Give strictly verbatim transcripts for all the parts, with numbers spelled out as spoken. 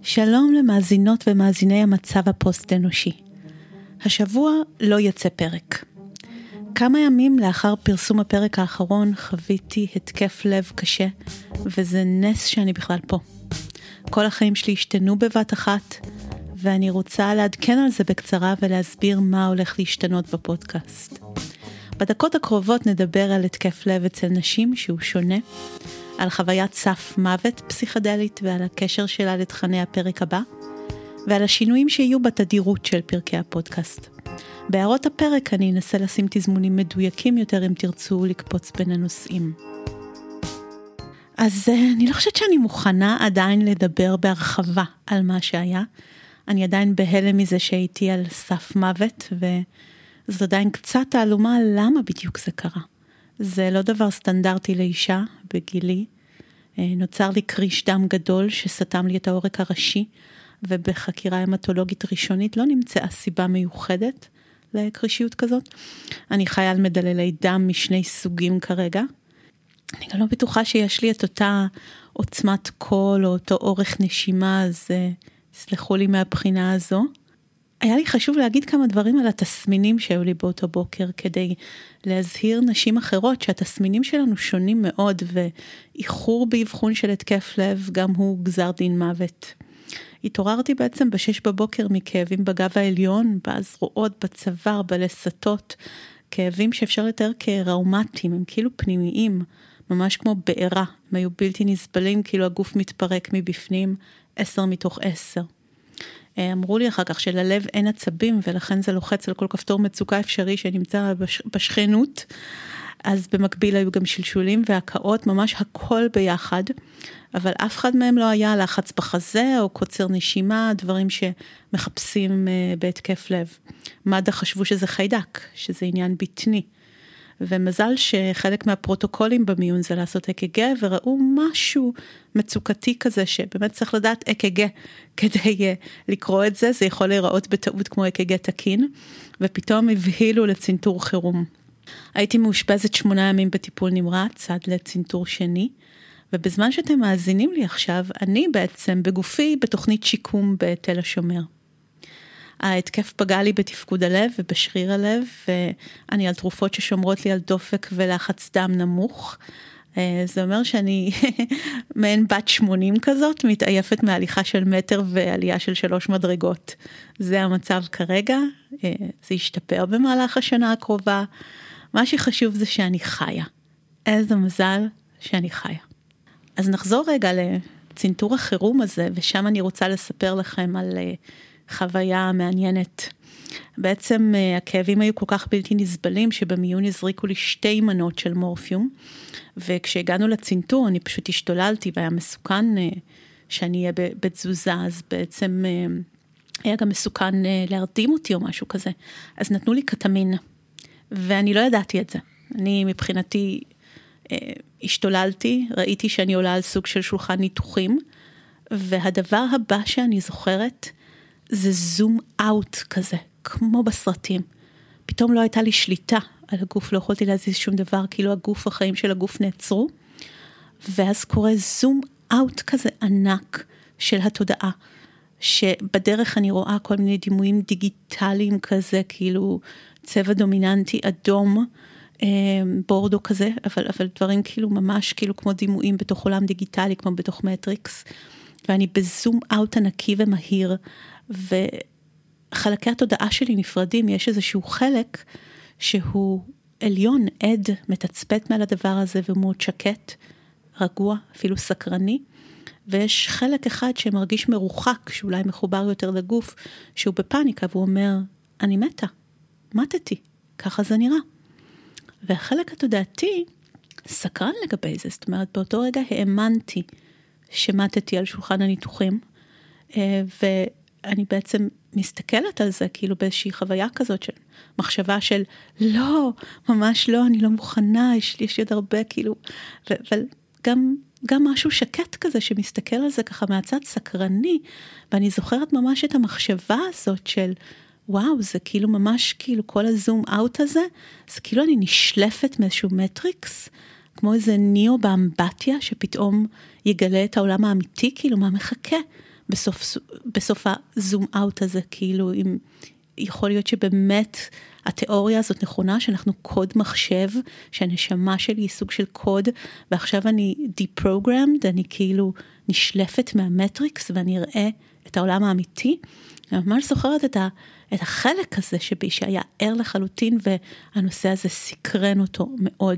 שלום למאזינות ומאזיני המצב הפוסט-אנושי. השבוע לא יצא פרק. כמה ימים לאחר פרסום הפרק האחרון חוויתי התקף לב קשה, וזה נס שאני בכלל פה. כל החיים שלי השתנו בבת אחת, ואני רוצה לעדכן על זה בקצרה ולהסביר מה הולך להשתנות בפודקאסט. בדקות הקרובות נדבר על התקף לב אצל נשים שהוא שונה, על חוויית סף מוות פסיכדלית ועל הקשר שלה לתכני הפרק הבא, ועל השינויים שיהיו בתדירות של פרקי הפודקאסט. בהערות הפרק אני אנסה לשים תזמונים מדויקים יותר אם תרצו לקפוץ בין הנושאים. אז אני לא חושבת שאני מוכנה עדיין לדבר בהרחבה על מה שהיה. אני עדיין בהלם מזה שהייתי על סף מוות, וזו עדיין קצת תעלומה למה בדיוק זה קרה. זה לא דבר סטנדרטי לאישה בגילי. נוצר לי קריש דם גדול שסתם לי את העורק הראשי, ובחקירה המטולוגית ראשונית לא נמצאה סיבה מיוחדת לקרישיות כזאת. אני חיה על מדללי דם משני סוגים כרגע. אני גם לא בטוחה שיש לי את אותה עוצמת קול או אותו אורך נשימה, אז סלחו לי מהבחינה הזו. היה לי חשוב להגיד כמה דברים על התסמינים שהיו לי באותו בוקר, כדי להזהיר נשים אחרות שהתסמינים שלנו שונים מאוד, ואיחור באבחון של התקף לב גם הוא גזר דין מוות. התעוררתי בעצם בשש בבוקר מכאבים בגב העליון, בזרועות, בצוואר, בלסתות, כאבים שאפשר לתאר כראומטיים, הם כאילו פנימיים, ממש כמו בעירה, הם היו בלתי נסבלים, כאילו הגוף מתפרק מבפנים, עשר מתוך עשר. אמרו לי אחר כך שללב אין עצבים, ולכן זה לוחץ על כל כפתור מצוקה אפשרי שנמצא בשכנות, אז במקביל היו גם שלשולים והקאות, ממש הכל ביחד, אבל אף אחד מהם לא היה לחץ בחזה או קוצר נשימה, דברים שמחפשים בהתקף לב. מד"א חשבו שזה חיידק, שזה עניין בטני, ומזל שחלק מהפרוטוקולים במיון זה לעשות אק"ג, וראו משהו מצוקתי כזה, שבאמת צריך לדעת אק"ג כדי לקרוא את זה, זה יכול להיראות בטעות כמו אק"ג תקין, ופתאום הבהילו לצנתור חירום. הייתי מאושפזת שמונה ימים בטיפול נמרץ, עד לצנתור שני, ובזמן שאתם מאזינים לי עכשיו, אני בעצם בגופי בתוכנית שיקום בתל השומר. ההתקף פגע לי בתפקוד הלב ובשריר הלב, ואני על תרופות ששומרות לי על דופק ולחץ דם נמוך. זה אומר שאני מעין בת שמונים כזאת, מתעייפת מהליכה של מטר ועלייה של שלוש מדרגות. זה המצב כרגע, זה ישתפר במהלך השנה הקרובה. מה שחשוב זה שאני חיה. איזה מזל שאני חיה. אז נחזור רגע לצנתור החירום הזה, ושם אני רוצה לספר לכם על חוויה מעניינת. בעצם הכאבים היו כל כך בלתי נסבלים, שבמיון הזריקו לי שתי מנות של מורפיום, וכשהגענו לצנתור אני פשוט השתוללתי, והיה מסוכן שאני אהיה בתזוזה, אז בעצם היה גם מסוכן להרדים אותי או משהו כזה. אז נתנו לי קטמין, ואני לא ידעתי את זה. אני מבחינתי השתוללתי, ראיתי שאני עולה על סוג של שולחן ניתוחים, והדבר הבא שאני זוכרת, זה זום אאוט כזה, כמו בסרטים. פתאום לא הייתה לי שליטה על הגוף, לא יכולתי להזיז שום דבר, כאילו הגוף, החיים של הגוף נעצרו, ואז קורה זום אאוט כזה ענק של התודעה, שבדרך אני רואה כל מיני דימויים דיגיטליים כזה, כאילו צבע דומיננטי אדום, בורדו כזה, אבל, אבל דברים כאילו ממש כאילו כמו דימויים בתוך עולם דיגיטלי, כמו בתוך מטריקס, ואני בזום אאוט ענקי ומהיר, וחלקי התודעה שלי נפרדים, יש איזשהו חלק שהוא עליון, עד, מתצפת מעל הדבר הזה, והוא מאוד שקט, רגוע, אפילו סקרני, ויש חלק אחד שמרגיש מרוחק, שאולי מחובר יותר לגוף, שהוא בפאניקה, והוא אומר, אני מתה, מתתי, ככה זה נראה. והחלק התודעתי סקרן לגבי זה, זאת אומרת, באותו רגע האמנתי שמתתי על שולחן הניתוחים, ואני בעצם מסתכלת על זה, כאילו באיזושהי חוויה כזאת של מחשבה של, לא, ממש לא, אני לא מוכנה, יש לי, יש לי עוד הרבה, כאילו, אבל גם, גם משהו שקט כזה, שמסתכל על זה ככה מהצד סקרני, ואני זוכרת ממש את המחשבה הזאת של, וואו, זה כאילו ממש, כאילו כל הזום אאוט הזה, זה כאילו אני נשלפת מאיזשהו מטריקס, כמו איזה ניאו באמבטיה, שפתאום יגלה את העולם האמיתי, כאילו מה מחכה בסוף, בסוף הזום אאוט הזה, כאילו, אם יכול להיות שבאמת התיאוריה הזאת נכונה, שאנחנו קוד מחשב, שהנשמה שלי היא סוג של קוד, ועכשיו אני deprogrammed, אני כאילו נשלפת מהמטריקס, ואני אראה את העולם האמיתי. אני ממש זוכרת את, ה, את החלק הזה שבי, שהיה ער לחלוטין, והנושא הזה סקרן אותו מאוד.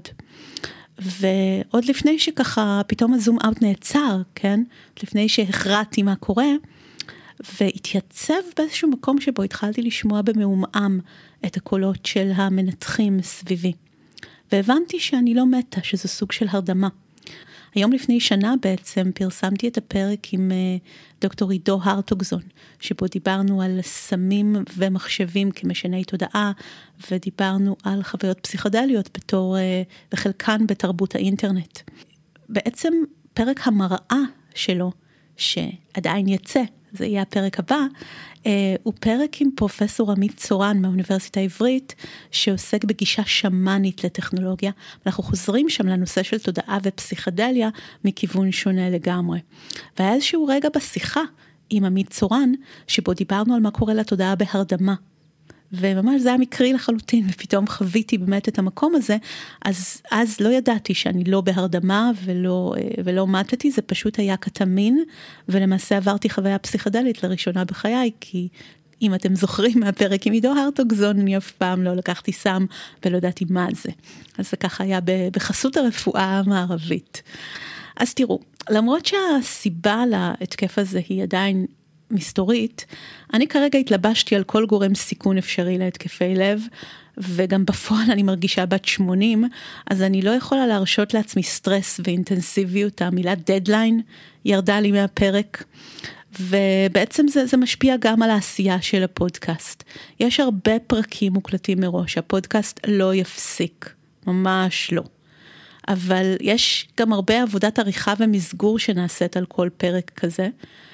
ועוד לפני שככה פתאום הזום אאוט נעצר, כן? לפני שהכרעתי מה קורה, והתייצב באיזשהו מקום שבו התחלתי לשמוע במעומעם את הקולות של המנתחים סביבי. והבנתי שאני לא מתה, שזה סוג של הרדמה. היום לפני שנה בעצם פרסמתי את הפרק עם דוקטור עידו הרטוגזון, שבו דיברנו על סמים ומחשבים כמשני תודעה, ודיברנו על חוויות פסיכדליות בתור, וחלקן בתרבות האינטרנט. בעצם פרק המראה שלו, שעדיין יצא, זה יהיה הפרק הבא, הוא פרק עם פרופסור עמית צורן מהאוניברסיטה העברית, שעוסק בגישה שמאנית לטכנולוגיה. אנחנו חוזרים שם לנושא של תודעה ופסיכדליה מכיוון שונה לגמרי. והיה איזשהו רגע בשיחה עם עמית צורן, שבו דיברנו על מה קורה לתודעה בהרדמה. וממש זה היה מקרי לחלוטין, ופתאום חוויתי באמת את המקום הזה, אז, אז לא ידעתי שאני לא בהרדמה ולא, ולא מתתי, זה פשוט היה קטמין, ולמעשה עברתי חוויה פסיכדלית לראשונה בחיי, כי אם אתם זוכרים מהפרק עם עידו הרטוגזון, אני אף פעם לא לקחתי סם ולא ידעתי מה זה. אז זה ככה היה בחסות הרפואה המערבית. אז תראו, למרות שהסיבה להתקף הזה היא עדיין מסתורית, אני כרגע התלבשתי על כל גורם סיכון אפשרי להתקפי לב, וגם בפועל אני מרגישה בת שמונים, אז אני לא יכולה להרשות לעצמי סטרס ואינטנסיביות. המילה דדליין ירדה לי מהפרק, ובעצם זה, זה משפיע גם על העשייה של הפודקאסט. יש הרבה פרקים מוקלטים מראש, הפודקאסט לא יפסיק, ממש לא. אבל יש גם הרבה עבודת עריכה ומסגור שנעשית על כל פרק כזה,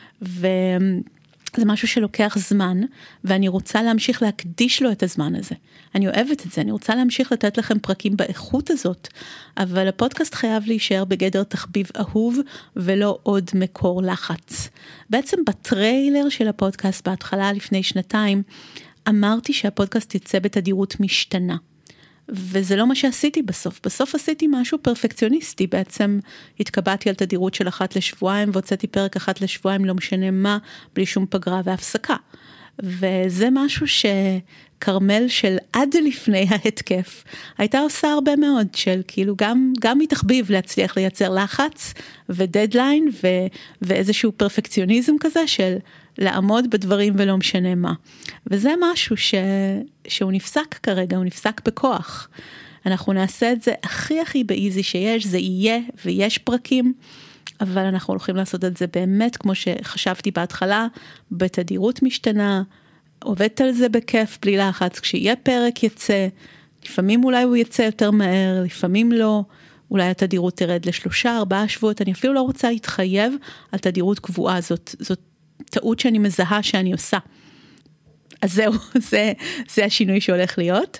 וזה משהו שלוקח זמן, ואני רוצה להמשיך להקדיש לו את הזמן הזה. אני אוהבת את זה, אני רוצה להמשיך לתת לכם פרקים באיכות הזאת, אבל הפודקאסט חייב להישאר בגדר תחביב אהוב, ולא עוד מקור לחץ. בעצם בטריילר של הפודקאסט, בהתחלה לפני שנתיים, אמרתי שהפודקאסט יצא בתדירות משתנה. וזה לא מה שעשיתי בסוף. בסוף עשיתי משהו פרפקציוניסטי. בעצם התקבעתי על תדירות של אחת לשבועיים, והוצאתי פרק אחת לשבועיים, לא משנה מה, בלי שום פגרה והפסקה. וזה משהו שקרמל של עד לפני ההתקף, הייתה עושה הרבה מאוד של כאילו גם, גם מתחביב להצליח לייצר לחץ ודדליין ו, ואיזשהו פרפקציוניזם כזה של לעמוד בדברים ולא משנה מה. וזה משהו ש, שהוא נפסק כרגע, הוא נפסק בכוח. אנחנו נעשה את זה הכי הכי באיזי שיש, זה יהיה ויש פרקים, אבל אנחנו הולכים לעשות את זה באמת כמו שחשבתי בהתחלה, בתדירות משתנה, עובדת על זה בכיף, בלי לחץ, כשיהיה פרק יצא, לפעמים אולי הוא יצא יותר מהר, לפעמים לא, אולי התדירות תרד לשלושה, ארבעה שבועות, אני אפילו לא רוצה להתחייב על תדירות קבועה, זאת, זאת טעות שאני מזהה שאני עושה. אז זהו, זה, זה השינוי שהולך להיות.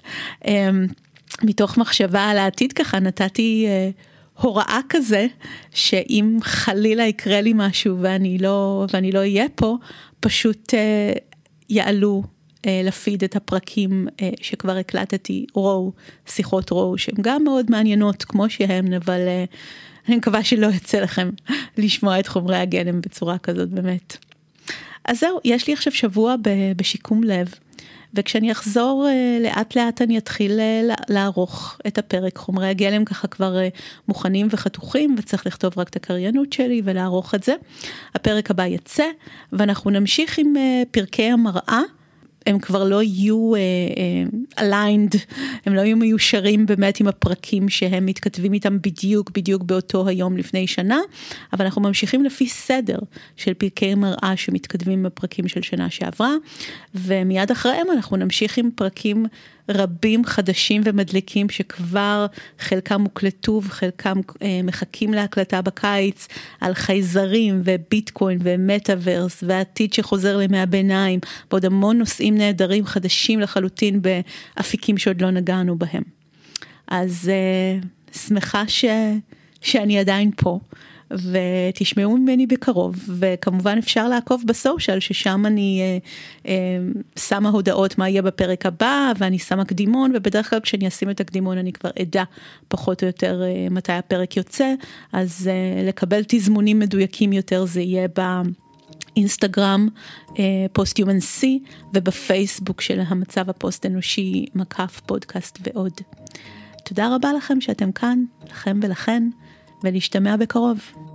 מתוך מחשבה על העתיד ככה, נתתי הוראה כזה, שאם חלילה יקרה לי משהו ואני לא, ואני לא אהיה פה, פשוט יעלו לפיד את הפרקים שכבר הקלטתי, רואו, שיחות רואו, שהן גם מאוד מעניינות כמו שהן, אבל אני מקווה שלא יצא לכם לשמוע את חומרי הגלם בצורה כזאת באמת. אז זהו, יש לי עכשיו שבוע בשיקום לב, וכשאני אחזור לאט לאט אני אתחיל לערוך את הפרק. חומרי הגלם ככה כבר מוכנים וחתוכים, וצריך לכתוב רק את הקריינות שלי ולערוך את זה. הפרק הבא יצא, ואנחנו נמשיך עם פרקי המראה. הם כבר לא יהיו uh, uh, aligned, הם לא יהיו מיושרים באמת עם הפרקים שהם מתכתבים איתם בדיוק, בדיוק באותו היום לפני שנה, אבל אנחנו ממשיכים לפי סדר של פרקי מראה שמתכתבים עם הפרקים של שנה שעברה, ומיד אחריהם אנחנו נמשיך עם פרקים רבים חדשים ומדליקים שכבר חלקם מוקלטו וחלקם אה, מחכים להקלטה בקיץ, על חייזרים וביטקוין ומטאברס והעתיד שחוזר לימי הביניים, ועוד המון נושאים נהדרים חדשים לחלוטין באפיקים שעוד לא נגענו בהם. אז אה, שמחה ש, שאני עדיין פה, ותשמעו ממני בקרוב, וכמובן אפשר לעקוב בסושיאל, ששם אני אה, אה, שמה הודעות מה יהיה בפרק הבא, ואני שמה קדימון, ובדרך כלל כשאני אשים את הקדימון אני כבר אדע פחות או יותר אה, מתי הפרק יוצא, אז אה, לקבל תזמונים מדויקים יותר זה יהיה באינסטגרם, פוסט יומן סי, ובפייסבוק של המצב הפוסט אנושי, מקף פודקאסט ועוד. תודה רבה לכם שאתם כאן, לכם ולכן, ולהשתמע בקרוב.